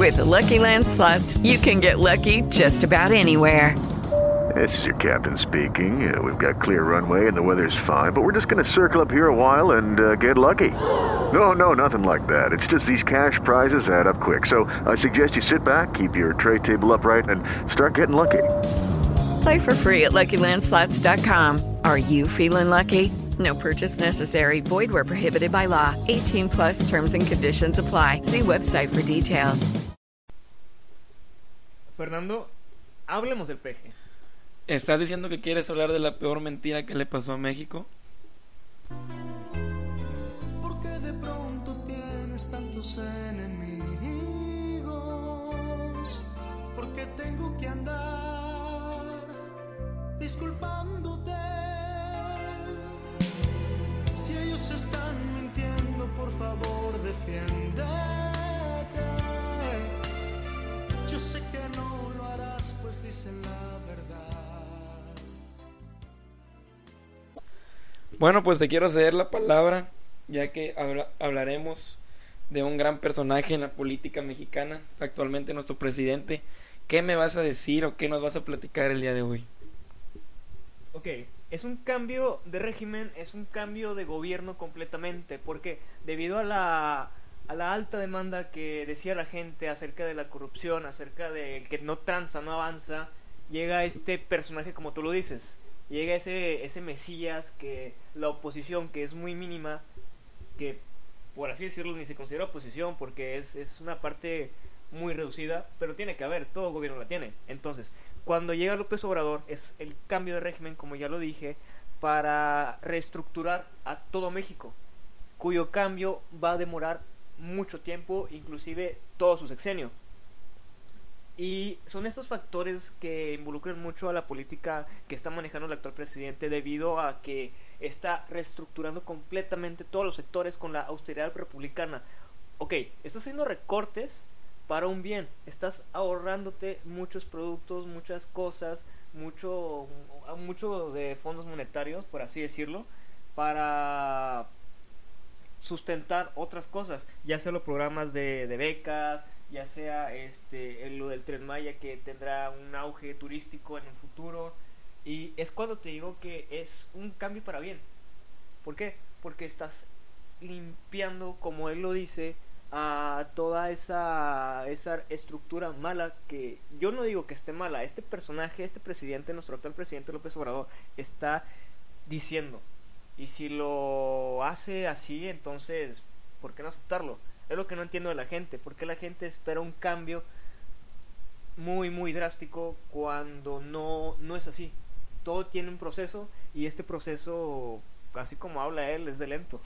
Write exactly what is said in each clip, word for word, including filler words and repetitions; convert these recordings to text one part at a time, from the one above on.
With the Lucky Land Slots, you can get lucky just about anywhere. This is your captain speaking. Uh, we've got clear runway and the weather's fine, but we're just going to circle up here a while and uh, get lucky. No, no, nothing like that. It's just these cash prizes add up quick. So I suggest you sit back, keep your tray table upright, and start getting lucky. Play for free at Lucky Land Slots dot com. Are you feeling lucky? No purchase necessary. Void where prohibited by law. eighteen plus terms and conditions apply. See website for details. Fernando, hablemos del peje. ¿Estás diciendo que quieres hablar de la peor mentira que le pasó a México? Porque de pronto tienes tantos enemigos. Porque tengo que andar disculpándote. Si ellos están mintiendo, por favor, defiéndete. Yo sé que no lo harás, pues dicen la verdad. Bueno, pues te quiero ceder la palabra, ya que habla- hablaremos de un gran personaje en la política mexicana, actualmente nuestro presidente. ¿Qué me vas a decir o qué nos vas a platicar el día de hoy? Ok, es un cambio de régimen, es un cambio de gobierno completamente, porque debido a la, a la alta demanda que decía la gente acerca de la corrupción, acerca del que no tranza, no avanza, llega este personaje como tú lo dices, llega ese, ese mesías que la oposición, que es muy mínima, que por así decirlo ni se considera oposición porque es, es una parte muy reducida, pero tiene que haber, todo gobierno la tiene. Entonces, cuando llega López Obrador es el cambio de régimen, como ya lo dije, para reestructurar a todo México, cuyo cambio va a demorar mucho tiempo, inclusive todo su sexenio. Y son estos factores que involucran mucho a la política que está manejando el actual presidente, debido a que está reestructurando completamente todos los sectores con la austeridad republicana. Ok, estás haciendo recortes para un bien, estás ahorrándote muchos productos, muchas cosas, mucho, mucho de fondos monetarios, por así decirlo, para sustentar otras cosas, ya sea los programas de, de becas, ya sea este lo del Tren Maya, que tendrá un auge turístico en un futuro. Y es cuando te digo que es un cambio para bien. ¿Por qué? Porque estás limpiando, como él lo dice, a toda esa esa estructura mala, que yo no digo que esté mala. Este personaje, este presidente, nuestro actual presidente López Obrador, está diciendo, y si lo hace así, entonces ¿por qué no aceptarlo? Es lo que no entiendo de la gente. ¿Por qué la gente espera un cambio muy muy drástico cuando no, no es así? Todo tiene un proceso, y este proceso, así como habla él, es de lento.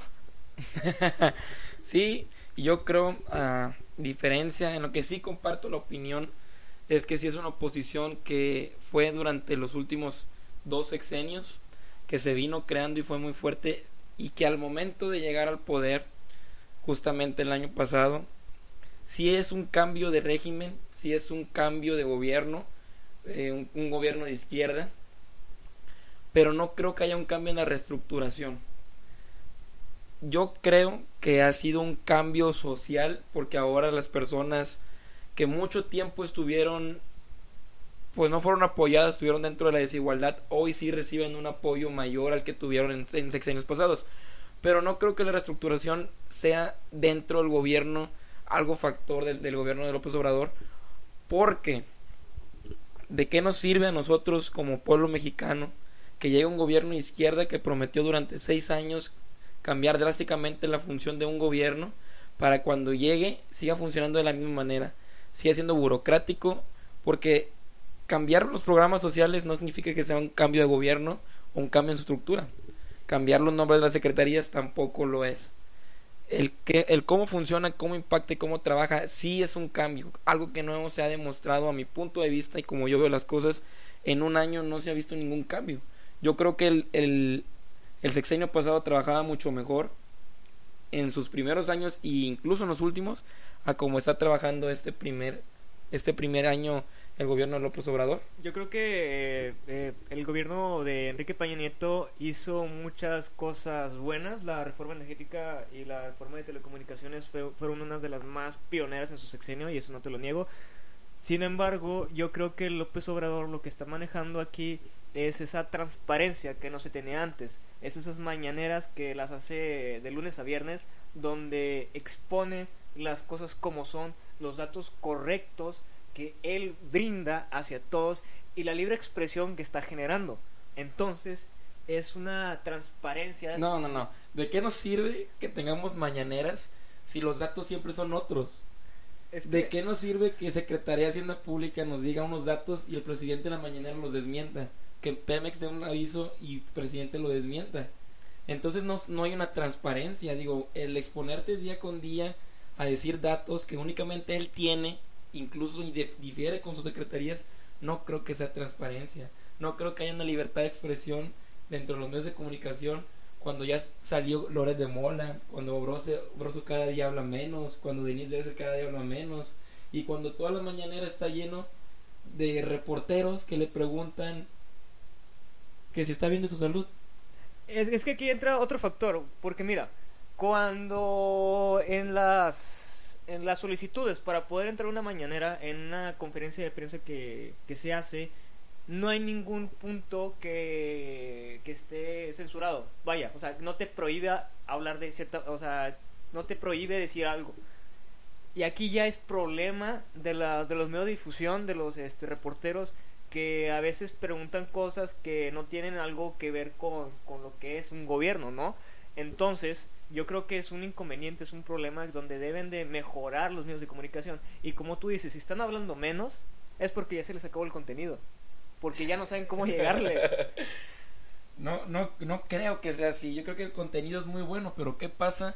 Sí, yo creo, a diferencia, en lo que sí comparto la opinión, es que sí es una oposición que fue durante los últimos dos sexenios, que se vino creando y fue muy fuerte, y que al momento de llegar al poder, justamente el año pasado, sí es un cambio de régimen, sí es un cambio de gobierno, eh, un, un gobierno de izquierda, pero no creo que haya un cambio en la reestructuración. Yo creo que ha sido un cambio social, porque ahora las personas que mucho tiempo estuvieron, pues no fueron apoyadas, estuvieron dentro de la desigualdad, hoy sí reciben un apoyo mayor al que tuvieron en, en sexenios pasados. Pero no creo que la reestructuración sea dentro del gobierno algo factor del, del gobierno de López Obrador, porque ¿de qué nos sirve a nosotros como pueblo mexicano que llegue un gobierno de izquierda que prometió durante seis años cambiar drásticamente la función de un gobierno, para cuando llegue siga funcionando de la misma manera, siga siendo burocrático? Porque cambiar los programas sociales no significa que sea un cambio de gobierno o un cambio en su estructura. Cambiar los nombres de las secretarías tampoco lo es. El, que, el cómo funciona, cómo impacta y cómo trabaja, sí es un cambio. Algo que no se ha demostrado a mi punto de vista, y como yo veo las cosas, en un año no se ha visto ningún cambio. Yo creo que el, el, el sexenio pasado trabajaba mucho mejor en sus primeros años, e incluso en los últimos, a como está trabajando este primer, este primer año el gobierno de López Obrador. Yo creo que eh, eh, el gobierno de Enrique Peña Nieto hizo muchas cosas buenas. La reforma energética y la reforma de telecomunicaciones fue, fueron unas de las más pioneras en su sexenio, y eso no te lo niego. Sin embargo, yo creo que López Obrador lo que está manejando aquí es esa transparencia que no se tenía antes. Es esas mañaneras que las hace de lunes a viernes, donde expone las cosas como son, los datos correctos que él brinda hacia todos y la libre expresión que está generando. Entonces es una transparencia. No, no, no. ¿De qué nos sirve que tengamos mañaneras si los datos siempre son otros? Es que... ¿De qué nos sirve que Secretaría de Hacienda Pública nos diga unos datos y el presidente en la mañanera los desmienta? Que Pemex dé un aviso y el presidente lo desmienta. Entonces no, no hay una transparencia. Digo, el exponerte día con día a decir datos que únicamente él tiene, incluso difiere con sus secretarías, no creo que sea transparencia. No creo que haya una libertad de expresión dentro de los medios de comunicación cuando ya salió Loret de Mola, cuando Broso, Broso cada día habla menos, cuando Denise Dresser cada día habla menos, y cuando toda la mañanera está lleno de reporteros que le preguntan que si está bien de su salud. Es, es que aquí entra otro factor, porque mira, cuando en las en las solicitudes para poder entrar a una mañanera, en una conferencia de prensa que, que se hace, no hay ningún punto que, que esté censurado. Vaya, o sea, no te prohíbe hablar de cierta, o sea, no te prohíbe decir algo. Y aquí ya es problema de la de los medios de difusión, de los este reporteros, que a veces preguntan cosas que no tienen algo que ver con, con lo que es un gobierno, ¿no? Entonces, yo creo que es un inconveniente, es un problema donde deben de mejorar los medios de comunicación. Y como tú dices, si están hablando menos, es porque ya se les acabó el contenido, porque ya no saben cómo llegarle. No, no, no creo que sea así. Yo creo que el contenido es muy bueno, pero ¿qué pasa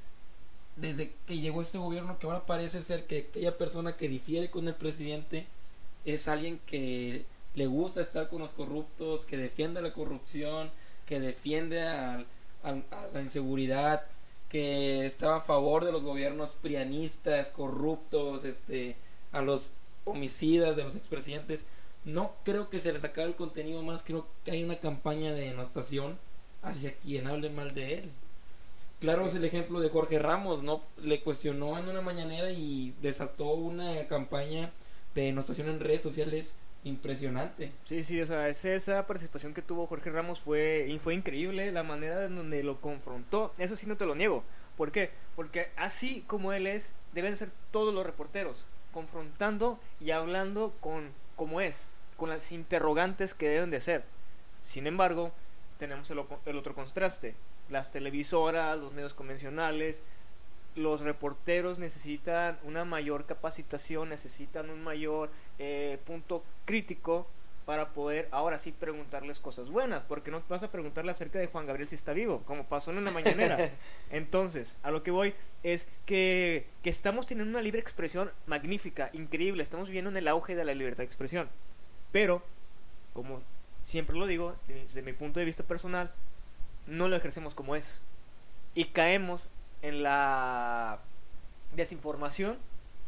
desde que llegó este gobierno? Que ahora parece ser que aquella persona que difiere con el presidente es alguien que le gusta estar con los corruptos, que defiende la corrupción, que defiende al A, a la inseguridad, que estaba a favor de los gobiernos prianistas, corruptos, este, a los homicidas de los expresidentes. No creo que se les acabe el contenido más, creo que hay una campaña de denostación hacia quien hable mal de él. Claro, es el ejemplo de Jorge Ramos, ¿no? Le cuestionó en una mañanera y desató una campaña de denostación en redes sociales impresionante. Sí, sí, o sea, es esa participación que tuvo Jorge Ramos fue, fue increíble, la manera en donde lo confrontó, eso sí no te lo niego. ¿Por qué? Porque así como él es, deben ser todos los reporteros, confrontando y hablando con como es, con las interrogantes que deben de ser. Sin embargo, tenemos el, el otro contraste, las televisoras, los medios convencionales, los reporteros necesitan una mayor capacitación, necesitan un mayor eh, punto crítico para poder ahora sí preguntarles cosas buenas, porque no vas a preguntarle acerca de Juan Gabriel si está vivo, como pasó en una mañanera. Entonces, a lo que voy es que, que estamos teniendo una libre expresión magnífica, increíble, estamos viviendo en el auge de la libertad de expresión, pero, como siempre lo digo, desde mi punto de vista personal, no lo ejercemos como es, y caemos en la desinformación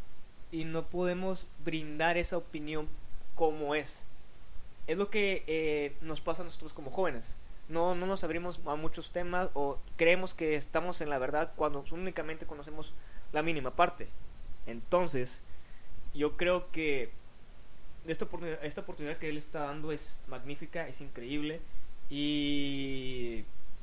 y no podemos brindar esa opinión como es. Es lo que eh, nos pasa a nosotros como jóvenes. No, no nos abrimos a muchos temas o creemos que estamos en la verdad cuando únicamente conocemos la mínima parte. Entonces, yo creo que esta oportunidad, esta oportunidad que él está dando es magnífica, es increíble. Y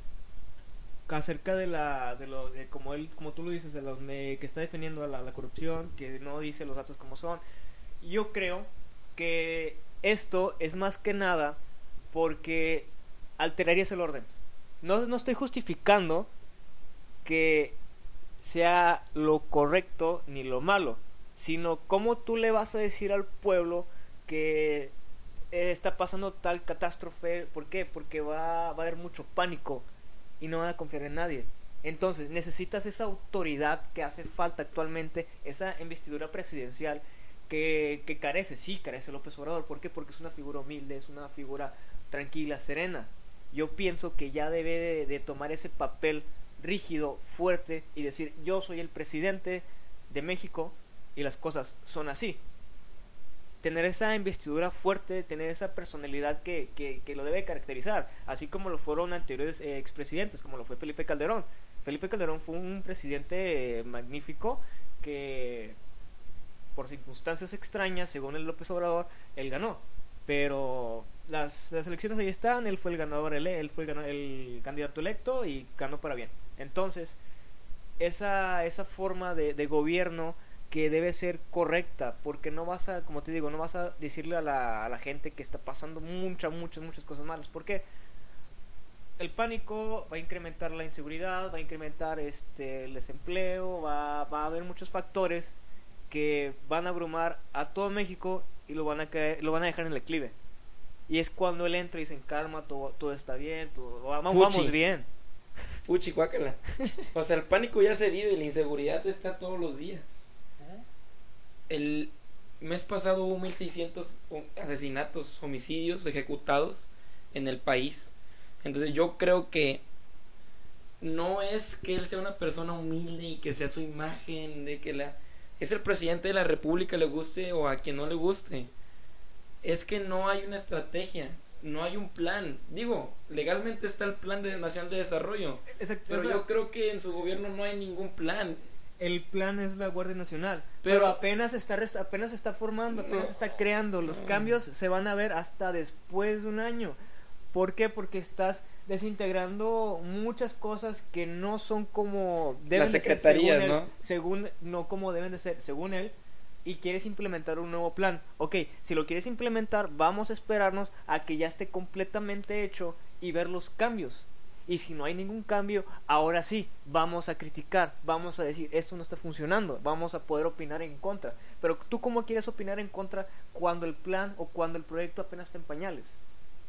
acerca de la de lo de como él como tú lo dices, de los de, que está defendiendo a la, la corrupción, que no dice los datos como son, yo creo que esto es más que nada porque alterarías el orden. No, no estoy justificando que sea lo correcto ni lo malo, sino cómo tú le vas a decir al pueblo que eh, está pasando tal catástrofe. ¿Por qué? Porque va, va a haber mucho pánico y no van a confiar en nadie. Entonces necesitas esa autoridad que hace falta actualmente, esa investidura presidencial que, que carece, sí carece López Obrador. ¿Por qué? Porque es una figura humilde, es una figura tranquila, serena. Yo pienso que ya debe de, de tomar ese papel rígido, fuerte y decir: yo soy el presidente de México y las cosas son así. tener esa investidura fuerte, tener esa personalidad que, que, que lo debe caracterizar, así como lo fueron anteriores eh, expresidentes, como lo fue Felipe Calderón. Felipe Calderón fue un presidente eh, magnífico que por circunstancias extrañas, según el López Obrador, él ganó, pero las, las elecciones ahí están, él fue el ganador, él, él fue el, ganador, el candidato electo y ganó para bien. Entonces, esa, esa forma de, de gobierno que debe ser correcta, porque no vas a, como te digo, no vas a decirle a la, a la gente que está pasando muchas, muchas, muchas cosas malas, porque el pánico va a incrementar la inseguridad, va a incrementar este el desempleo, va, va a haber muchos factores que van a abrumar a todo México y lo van a caer, lo van a dejar en el declive. Y es cuando él entra y dice, calma, todo, todo está bien, todo, vamos, vamos bien. Fuchi, guácala. O sea, el pánico ya se vive y la inseguridad está todos los días. El mes pasado hubo mil seiscientos asesinatos, homicidios ejecutados en el país. Entonces yo creo que no es que él sea una persona humilde y que sea su imagen, de que la es el presidente de la república, le guste o a quien no le guste. Es que no hay una estrategia, no hay un plan. Digo, legalmente está el Plan de Nacional de Desarrollo. Exacto, pero o sea, yo creo que en su gobierno no hay ningún plan. El plan es la Guardia Nacional, pero, pero apenas está rest- apenas está formando, apenas no, está creando. Los no. cambios se van a ver hasta después de un año. ¿Por qué? Porque estás desintegrando muchas cosas que no son como deben las de ser secretarías, según él, ¿no? según no como deben de ser según él, y quieres implementar un nuevo plan. Ok, si lo quieres implementar, vamos a esperarnos a que ya esté completamente hecho y ver los cambios. Y si no hay ningún cambio, ahora sí, vamos a criticar, vamos a decir, esto no está funcionando, vamos a poder opinar en contra. Pero tú, ¿cómo quieres opinar en contra cuando el plan o cuando el proyecto apenas está en pañales?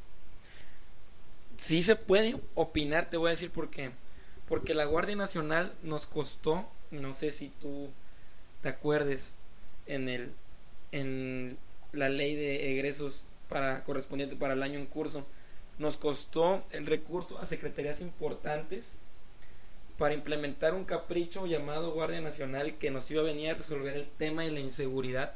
Sí se puede opinar, te voy a decir por qué. Porque la Guardia Nacional nos costó, no sé si tú te acuerdes, en el en la ley de egresos para correspondiente para el año en curso, nos costó el recurso a secretarías importantes para implementar un capricho llamado Guardia Nacional que nos iba a venir a resolver el tema de la inseguridad,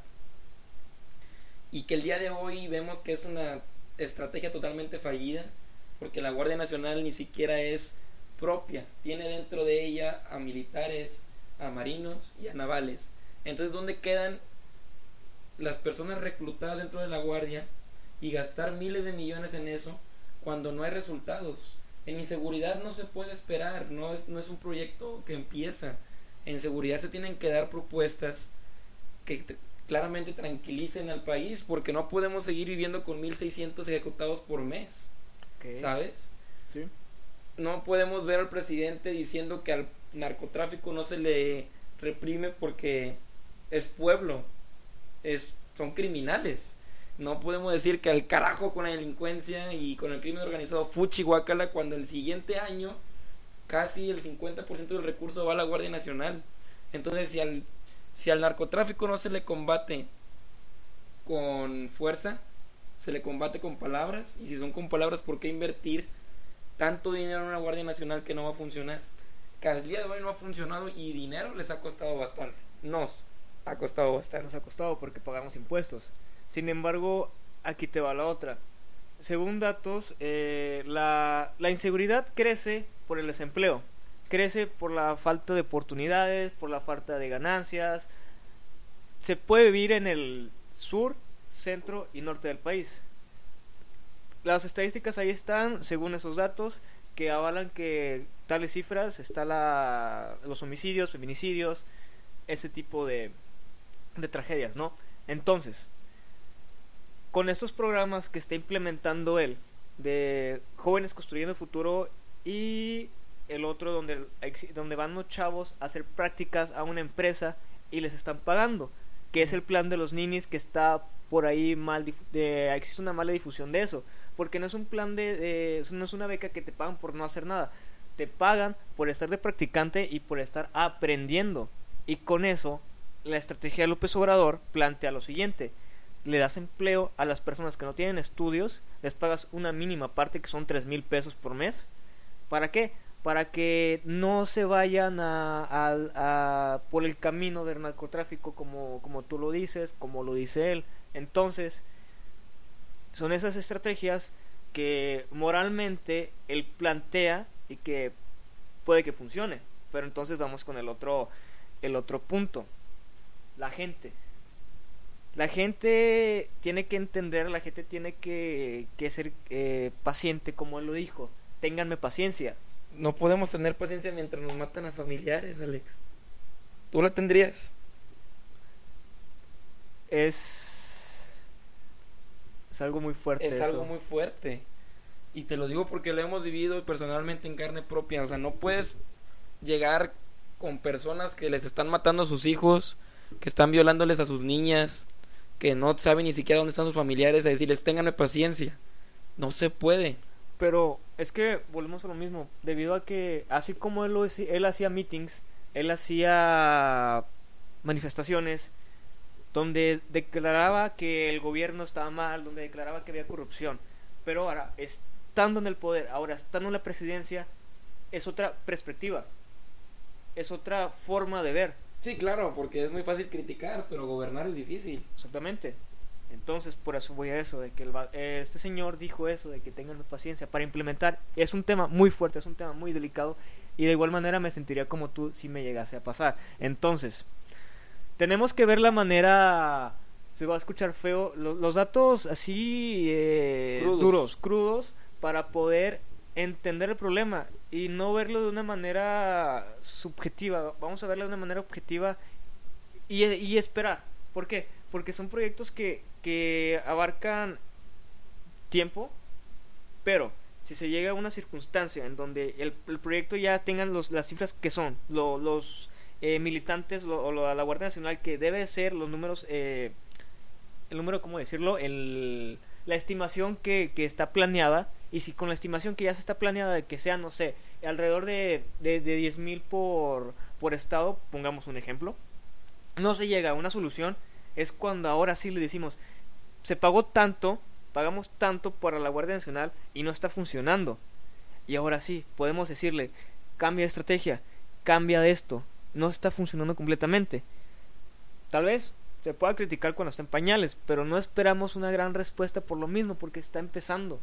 y que el día de hoy vemos que es una estrategia totalmente fallida, porque la Guardia Nacional ni siquiera es propia, tiene dentro de ella a militares, a marinos y a navales. Entonces, ¿dónde quedan las personas reclutadas dentro de la Guardia y gastar miles de millones en eso cuando no hay resultados? En inseguridad no se puede esperar, no es, no es un proyecto que empieza. En seguridad se tienen que dar propuestas que t- claramente tranquilicen al país, porque no podemos seguir viviendo con mil seiscientos ejecutados por mes. Okay. ¿Sabes? Sí. No podemos ver al presidente diciendo que al narcotráfico no se le reprime porque es pueblo, es, son criminales. No podemos decir que al carajo con la delincuencia y con el crimen organizado, fuchi guacala, cuando el siguiente año casi el cincuenta por ciento del recurso va a la Guardia Nacional. Entonces, si al, si al narcotráfico no se le combate con fuerza, se le combate con palabras, y si son con palabras, ¿por qué invertir tanto dinero en una Guardia Nacional que no va a funcionar? Que al día de hoy no ha funcionado y dinero les ha costado bastante. Nos ha costado bastante. Nos ha costado porque pagamos impuestos. Sin embargo, aquí te va la otra. Según datos, eh, la, la inseguridad crece por el desempleo, crece por la falta de oportunidades, por la falta de ganancias. Se puede vivir en el sur, centro y norte del país. Las estadísticas ahí están, según esos datos, que avalan que tales cifras está la, los homicidios, feminicidios, ese tipo de, de tragedias, ¿no? Entonces, con estos programas que está implementando él, de Jóvenes Construyendo el Futuro, y el otro donde, donde van los chavos a hacer prácticas a una empresa y les están pagando, que es el plan de los ninis, que está por ahí mal, de, existe una mala difusión de eso, porque no es un plan de, de, no es una beca que te pagan por no hacer nada, te pagan por estar de practicante y por estar aprendiendo. Y con eso la estrategia de López Obrador plantea lo siguiente: le das empleo a las personas que no tienen estudios, les pagas una mínima parte que son tres mil pesos por mes. ¿Para qué? para que no se vayan a, a, a por el camino del narcotráfico, como, como tú lo dices, como lo dice él. Entonces, son esas estrategias que moralmente él plantea y que puede que funcione. Pero entonces vamos con el otro, el otro punto. La gente. La gente tiene que entender, la gente tiene que, que ser eh, paciente, como él lo dijo. Ténganme paciencia. No podemos tener paciencia mientras nos matan a familiares, Alex. ¿Tú la tendrías? Es... Es algo muy fuerte. Es eso. algo muy fuerte. Y te lo digo porque lo hemos vivido personalmente en carne propia. O sea, no puedes llegar con personas que les están matando a sus hijos, que están violándoles a sus niñas, que no saben ni siquiera dónde están sus familiares, a decirles, ténganme paciencia. No se puede. Pero es que volvemos a lo mismo, debido a que así como él, lo, él hacía meetings, él hacía manifestaciones donde declaraba que el gobierno estaba mal, donde declaraba que había corrupción, pero ahora estando en el poder, ahora estando en la presidencia, es otra perspectiva, es otra forma de ver. Sí, claro, porque es muy fácil criticar, pero gobernar es difícil. Exactamente. Entonces, por eso voy a eso, de que el, este señor dijo eso, de que tengan paciencia para implementar. Es un tema muy fuerte, es un tema muy delicado, y de igual manera me sentiría como tú si me llegase a pasar. Entonces, tenemos que ver la manera, se va a escuchar feo, lo, los datos así eh, Crudos. duros, crudos, para poder entender el problema y no verlo de una manera subjetiva. Vamos a verlo de una manera objetiva y, y esperar. ¿Por qué? Porque son proyectos que, que abarcan tiempo, pero si se llega a una circunstancia en donde el, el proyecto ya tengan los, las cifras que son, lo, los eh, militantes lo, o lo, la Guardia Nacional, que debe ser los números, eh, el número, ¿cómo decirlo? El, la estimación que, que está planeada, y si con la estimación que ya se está planeada de que sean, no sé, alrededor de, de, de diez mil por, por estado, pongamos un ejemplo, no se llega a una solución, es cuando ahora sí le decimos, se pagó tanto, pagamos tanto para la Guardia Nacional y no está funcionando, y ahora sí podemos decirle, cambia de estrategia, cambia de esto, no está funcionando completamente. Tal vez se pueda criticar cuando está en pañales, pero no esperamos una gran respuesta por lo mismo, porque está empezando.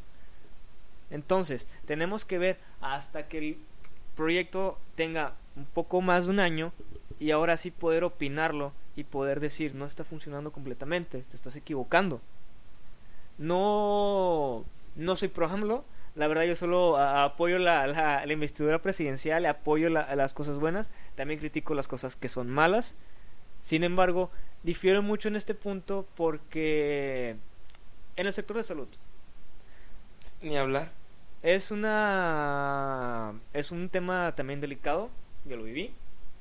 Entonces tenemos que ver hasta que el proyecto tenga un poco más de un año, y ahora sí poder opinarlo y poder decir, no está funcionando completamente, te estás equivocando. No, no soy pro AMLO, la verdad yo solo a, apoyo la, la, la investidura presidencial, apoyo la, las cosas buenas, también critico las cosas que son malas. Sin embargo, difiero mucho en este punto porque en el sector de salud Ni hablar. es una es un tema también delicado, yo lo viví.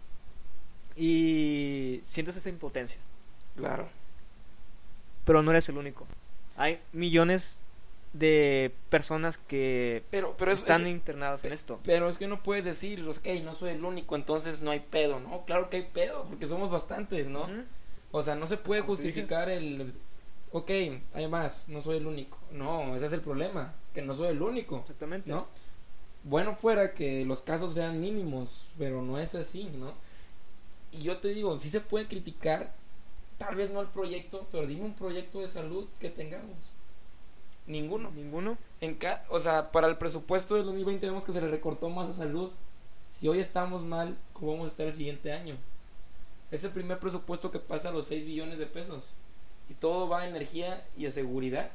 Y sientes esa impotencia. Claro. Pero no eres el único. Hay millones de personas que Pero, pero es, están es- internadas en esto. Pero es que no puedes decir, ok, no soy el único, entonces no hay pedo, ¿no? Claro que hay pedo, porque somos bastantes, ¿no? Ujú. O sea, no se puede como te dije. justificar el, ok, hay más, no soy el único. No, ese es el problema, que no soy el único, Exactamente. ¿no? Bueno fuera que los casos sean mínimos, pero no es así, ¿no? Y yo te digo, sí se puede criticar, tal vez no el proyecto, pero dime un proyecto de salud que tengamos. Ninguno. Ninguno. En ca o sea, para el presupuesto del dos mil veinte vemos que se le recortó más a salud. Si hoy estamos mal, ¿cómo vamos a estar el siguiente año? Es el primer presupuesto que pasa a los seis billones de pesos. Y todo va a energía y a seguridad.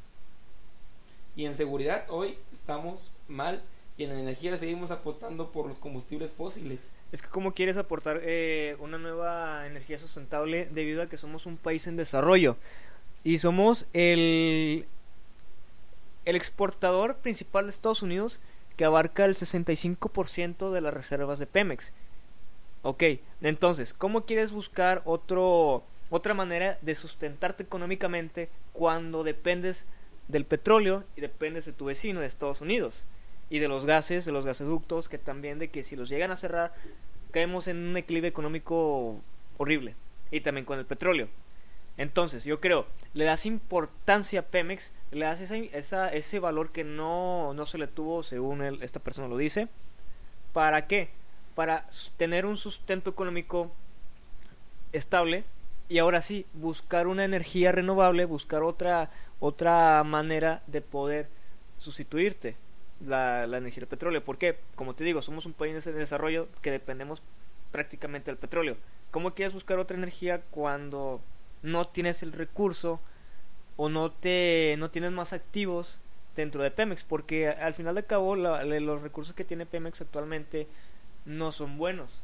Y en seguridad hoy estamos mal. Y en energía seguimos apostando por los combustibles fósiles. Es que cómo quieres aportar eh, una nueva energía sustentable debido a que somos un país en desarrollo. Y somos el, el exportador principal de Estados Unidos, que abarca el sesenta y cinco por ciento de las reservas de Pemex. Ok, entonces, ¿cómo quieres buscar otro otra manera de sustentarte económicamente cuando dependes del petróleo y dependes de tu vecino de Estados Unidos? Y de los gases, de los gasoductos, que también de que si los llegan a cerrar, caemos en un equilibrio económico horrible. Y también con el petróleo. Entonces, yo creo, le das importancia a Pemex, le das esa, esa, ese valor que no, no se le tuvo, según él, esta persona lo dice, ¿Para qué? Para tener un sustento económico estable y ahora sí, buscar una energía renovable, buscar otra, otra manera de poder sustituirte la, la energía del petróleo. ¿Por qué? Como te digo, somos un país en desarrollo que dependemos prácticamente del petróleo. ¿Cómo quieres buscar otra energía cuando no tienes el recurso o no te no tienes más activos dentro de Pemex? Porque al final de cabo la, los recursos que tiene Pemex actualmente no son buenos.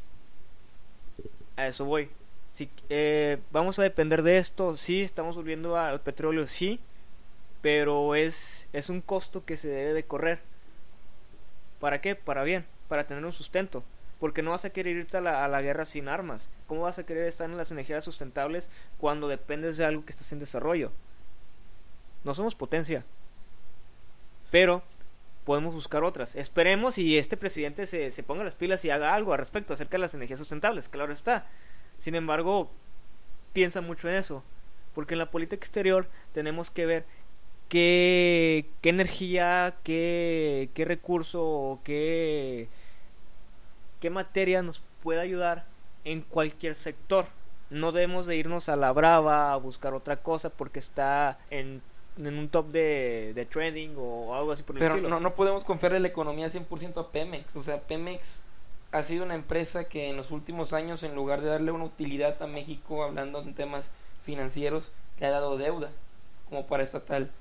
A eso voy. Si, eh, vamos a depender de esto. Sí, estamos volviendo al petróleo, sí, pero es, es un costo que se debe de correr. ¿Para qué? Para bien, para tener un sustento. Porque no vas a querer irte a la, a la guerra sin armas. ¿Cómo vas a querer estar en las energías sustentables cuando dependes de algo que está en desarrollo? No somos potencia, pero podemos buscar otras. Esperemos y este presidente se, se ponga las pilas y haga algo al respecto acerca de las energías sustentables, claro está. Sin embargo, piensa mucho en eso, porque en la política exterior tenemos que ver qué, qué energía, qué, qué recurso, qué, qué materia nos puede ayudar en cualquier sector. No debemos de irnos a la brava a buscar otra cosa porque está en, en un top de, de trending o algo así por el Pero estilo. no, no podemos confiar en la economía cien por ciento a Pemex. O sea, Pemex ha sido una empresa que en los últimos años, en lugar de darle una utilidad a México, hablando en temas financieros, le ha dado deuda como paraestatal.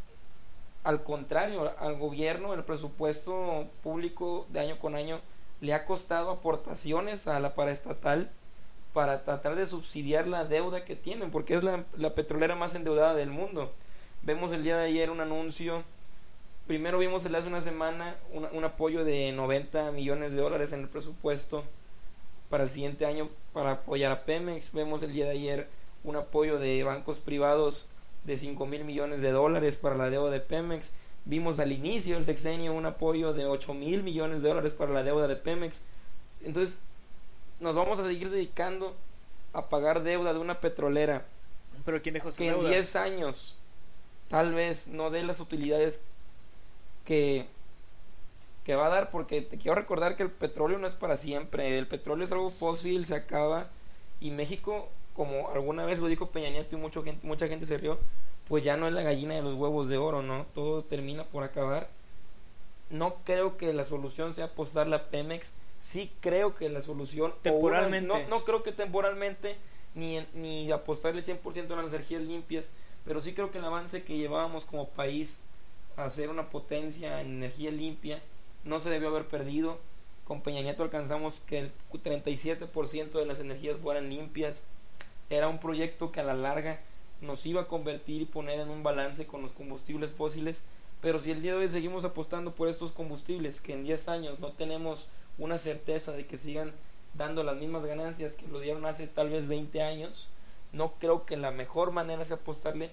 Al contrario, al gobierno, el presupuesto público de año con año le ha costado aportaciones a la paraestatal para tratar de subsidiar la deuda que tienen, porque es la, la petrolera más endeudada del mundo. Vemos el día de ayer un anuncio. Primero vimos el hace una semana un, un apoyo de noventa millones de dólares en el presupuesto para el siguiente año para apoyar a Pemex. Vemos el día de ayer un apoyo de bancos privados de cinco mil millones de dólares para la deuda de Pemex. Vimos al inicio del sexenio un apoyo de ocho mil millones de dólares para la deuda de Pemex. Entonces, nos vamos a seguir dedicando a pagar deuda de una petrolera. Pero ¿quién dejó sus que en deudas? diez años tal vez no dé las utilidades que, que va a dar, porque te quiero recordar que el petróleo no es para siempre. El petróleo es algo fósil, se acaba, y México, como alguna vez lo dijo Peña Nieto y mucha gente, mucha gente se rió, pues ya no es la gallina de los huevos de oro, ¿no? Todo termina por acabar. No creo que la solución sea apostarle a Pemex. Sí creo que la solución temporalmente, una, no, no creo que temporalmente ni, ni apostarle cien por ciento a las energías limpias, pero sí creo que el avance que llevábamos como país a ser una potencia en energía limpia no se debió haber perdido. Con Peña Nieto alcanzamos que el treinta y siete por ciento de las energías fueran limpias. Era un proyecto que a la larga nos iba a convertir y poner en un balance con los combustibles fósiles. Pero si el día de hoy seguimos apostando por estos combustibles, que en diez años no tenemos una certeza de que sigan dando las mismas ganancias que lo dieron hace tal vez veinte años, no creo que la mejor manera sea apostarle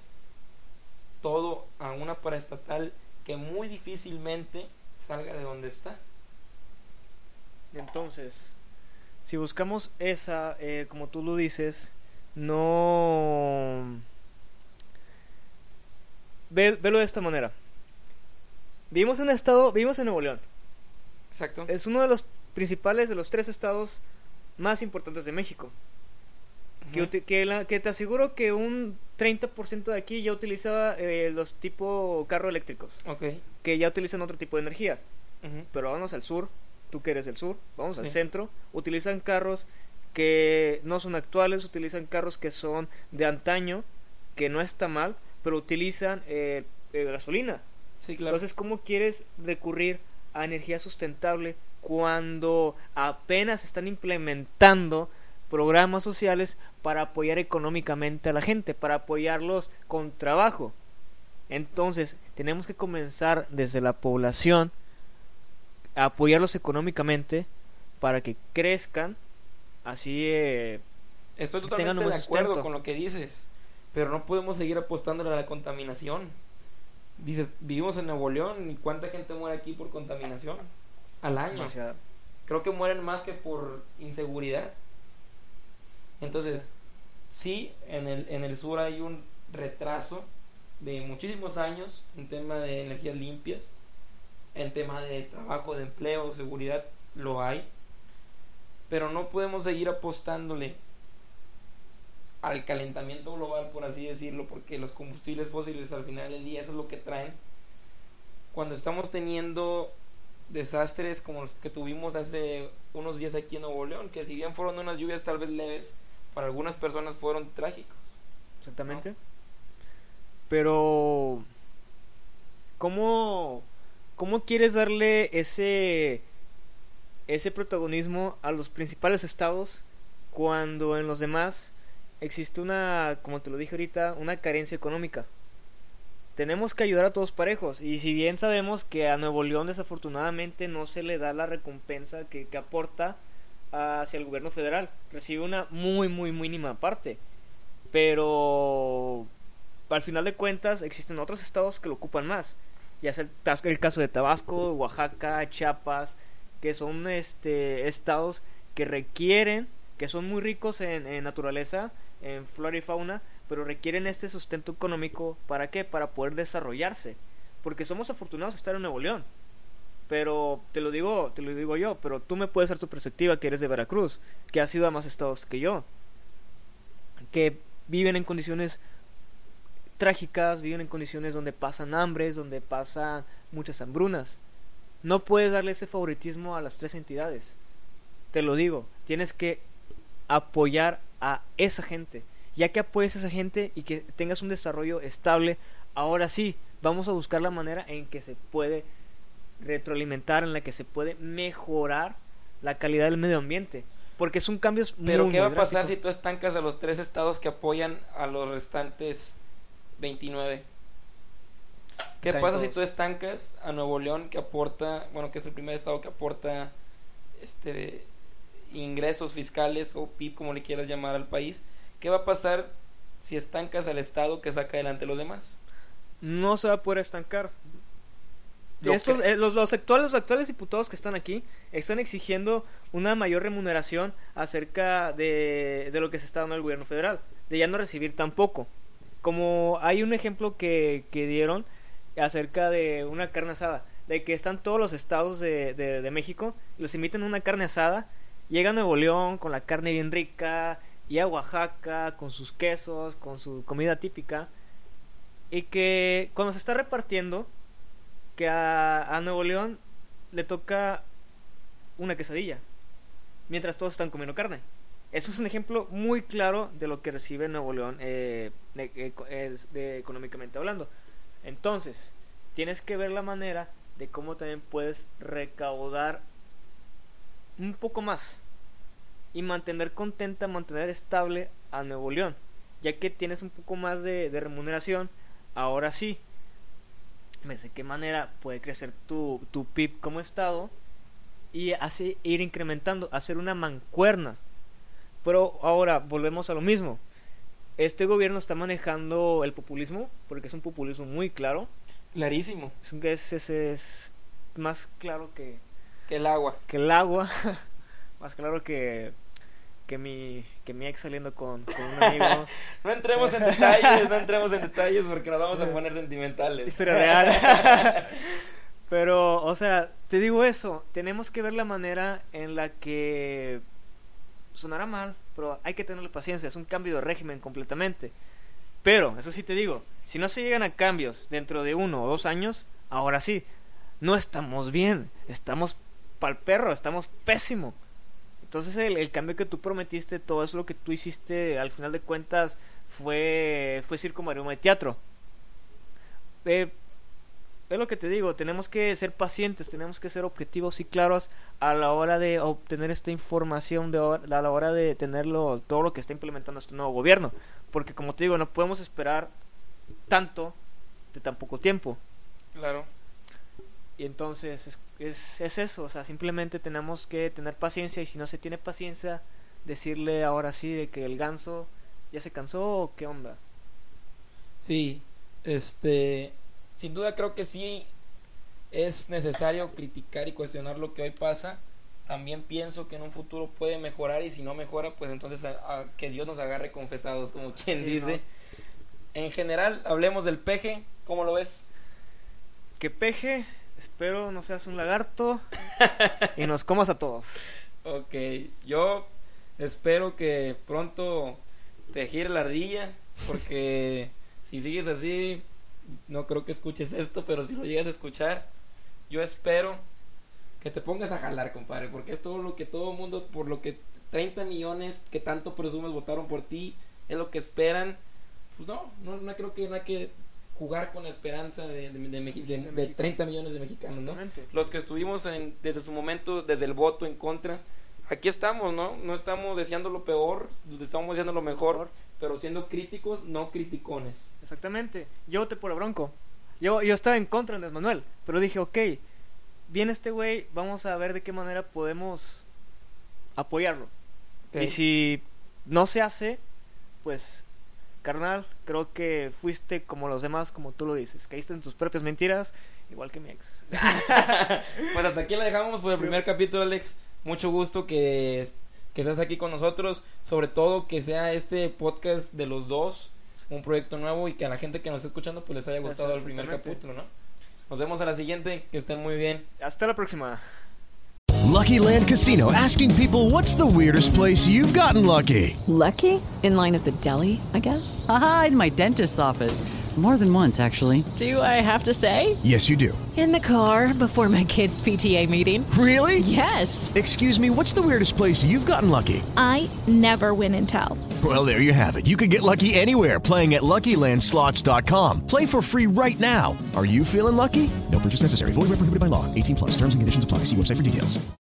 todo a una paraestatal que muy difícilmente salga de donde está. Entonces, si buscamos esa, eh, como tú lo dices, no... Ve, velo de esta manera. Vivimos en un estado, vivimos en Nuevo León. Exacto. Es uno de los principales, de los tres estados más importantes de México. Uh-huh. Que, que, la, que te aseguro que un treinta por ciento de aquí ya utiliza eh, los tipo carro eléctricos. Okay. Que ya utilizan otro tipo de energía. Uh-huh. Pero vamos al sur, tú que eres del sur, vamos sí. al centro, utilizan carros que no son actuales, utilizan carros que son de antaño, que no está mal, pero utilizan eh, eh, gasolina. Sí, claro. Entonces, ¿cómo quieres recurrir a energía sustentable cuando apenas están implementando programas sociales para apoyar económicamente a la gente, para apoyarlos con trabajo? Entonces, tenemos que comenzar desde la población a apoyarlos económicamente para que crezcan, así eh, estoy totalmente de acuerdo con lo que dices, pero no podemos seguir apostándole a la contaminación. Dices, vivimos en Nuevo León, ¿y cuánta gente muere aquí por contaminación al año? O sea, creo que mueren más que por inseguridad. Entonces, sí, en el, en el sur hay un retraso de muchísimos años en tema de energías limpias, en tema de trabajo, de empleo, seguridad, lo hay, pero no podemos seguir apostándole al calentamiento global, por así decirlo, porque los combustibles fósiles al final del día eso es lo que traen, cuando estamos teniendo desastres como los que tuvimos hace unos días aquí en Nuevo León, que si bien fueron unas lluvias tal vez leves, para algunas personas fueron trágicos. Exactamente. ¿No? Pero ¿cómo, cómo quieres darle ese ese protagonismo a los principales estados cuando en los demás existe una, como te lo dije ahorita, una carencia económica? Tenemos que ayudar a todos parejos, y si bien sabemos que a Nuevo León desafortunadamente no se le da la recompensa que, que aporta hacia el gobierno federal, recibe una muy muy mínima parte, pero al final de cuentas existen otros estados que lo ocupan más, ya sea el, el caso de Tabasco, Oaxaca, Chiapas, que son este estados que requieren, que son muy ricos en, en naturaleza, en flora y fauna, pero requieren este sustento económico. ¿Para qué? Para poder desarrollarse, porque somos afortunados de estar en Nuevo León. Pero te lo digo, te lo digo yo, pero tú me puedes dar tu perspectiva, que eres de Veracruz, que has ido a más estados que yo, que viven en condiciones trágicas, viven en condiciones donde pasan hambres, donde pasan muchas hambrunas. No puedes darle ese favoritismo a las tres entidades. Te lo digo, tienes que apoyar a esa gente. Ya que apoyes a esa gente y que tengas un desarrollo estable, ahora sí, vamos a buscar la manera en que se puede retroalimentar, en la que se puede mejorar la calidad del medio ambiente, porque son cambios muy, pero ¿qué va muy a pasar drásticos. si tú estancas a los tres estados que apoyan a los restantes veintinueve? ¿Qué Caen pasa si todos. tú estancas a Nuevo León, que aporta, bueno, que es el primer estado que aporta este ingresos fiscales o P I B, como le quieras llamar, al país? ¿Qué va a pasar si estancas al estado que saca adelante a los demás? No se va a poder estancar. Yo Estos, cre- eh, los, los, actuales, los actuales diputados que están aquí están exigiendo una mayor remuneración acerca de, de lo que se está dando al gobierno federal, de ya no recibir tan poco. Como hay un ejemplo que, que dieron acerca de una carne asada, de que están todos los estados de, de, de México, los invitan a una carne asada, llega a Nuevo León con la carne bien rica, y a Oaxaca con sus quesos, con su comida típica, y que cuando se está repartiendo, que a, a Nuevo León le toca una quesadilla, mientras todos están comiendo carne. Eso es un ejemplo muy claro de lo que recibe Nuevo León eh, de, de, de, de, económicamente hablando. Entonces, tienes que ver la manera de cómo también puedes recaudar un poco más y mantener contenta, mantener estable a Nuevo León, ya que tienes un poco más de, de remuneración. Ahora sí, me sé qué manera puede crecer tu, tu P I B como estado y así ir incrementando, hacer una mancuerna. Pero ahora volvemos a lo mismo. Este gobierno está manejando el populismo, porque es un populismo muy claro. Clarísimo. Es, un, es, es, es más claro que, Que el agua. que el agua. Más claro que que mi que mi ex saliendo con, con un amigo. No entremos en detalles, no entremos en detalles porque nos vamos a poner sentimentales. Historia real. Pero, o sea, te digo eso, tenemos que ver la manera en la que sonará mal, pero hay que tenerle paciencia, es un cambio de régimen completamente. Pero, eso sí te digo, si no se llegan a cambios dentro de uno o dos años, ahora sí, no estamos bien, estamos pa'l perro, estamos pésimo. Entonces el, el cambio que tú prometiste, todo eso lo que tú hiciste, al final de cuentas fue fue circo, maroma y teatro. Eh, es lo que te digo, tenemos que ser pacientes, tenemos que ser objetivos y claros a la hora de obtener esta información, de a la hora de tenerlo, todo lo que está implementando este nuevo gobierno, porque como te digo, no podemos esperar tanto de tan poco tiempo. Claro. Y entonces es, es, es eso, o sea, simplemente tenemos que tener paciencia, y si no se tiene paciencia, decirle ahora sí de que el ganso ya se cansó o qué onda. Sí, este, sin duda creo que sí es necesario criticar y cuestionar lo que hoy pasa. También pienso que en un futuro puede mejorar, y si no mejora, pues entonces a, a que Dios nos agarre confesados, como quien Sí, dice. ¿no? En general, hablemos del peje, ¿cómo lo ves? Que Peje Espero no seas un lagarto y nos comas a todos. Ok, yo espero que pronto te gire la ardilla, porque si sigues así, no creo que escuches esto, pero si lo llegas a escuchar, yo espero que te pongas a jalar, compadre, porque es todo lo que todo el mundo, por lo que treinta millones que tanto presumes votaron por ti, es lo que esperan. Pues no, no, no creo que nada que jugar con la esperanza de, de, de, de, de, de treinta millones de mexicanos, ¿no? Los que estuvimos en, desde su momento, desde el voto en contra, aquí estamos, ¿no? No estamos deseando lo peor, estamos deseando lo mejor, pero siendo críticos, no criticones. Exactamente. Yo voté por el Bronco. Yo, yo estaba en contra de Andrés Manuel, pero dije, ok, viene este güey, vamos a ver de qué manera podemos apoyarlo. Okay. Y si no se hace, pues, carnal, creo que fuiste como los demás, como tú lo dices. Caíste en tus propias mentiras, igual que mi ex. Pues hasta aquí la dejamos por el sí. primer capítulo, Alex. Mucho gusto que, que estés aquí con nosotros. Sobre todo que sea este podcast de los dos, un proyecto nuevo, y que a la gente que nos está escuchando pues les haya gustado el primer capítulo, ¿no? Nos vemos a la siguiente, que estén muy bien. Hasta la próxima. Lucky Land Casino, asking people, what's the weirdest place you've gotten lucky? Lucky? In line at the deli, I guess? Aha, in my dentist's office. More than once, actually. Do I have to say? Yes, you do. In the car before my kids' P T A meeting. Really? Yes. Excuse me, what's the weirdest place you've gotten lucky? I never win and tell. Well, there you have it. You can get lucky anywhere, playing at Lucky Land Slots dot com. Play for free right now. Are you feeling lucky? No purchase necessary. Void where prohibited by law. eighteen plus. Terms and conditions apply. See website for details.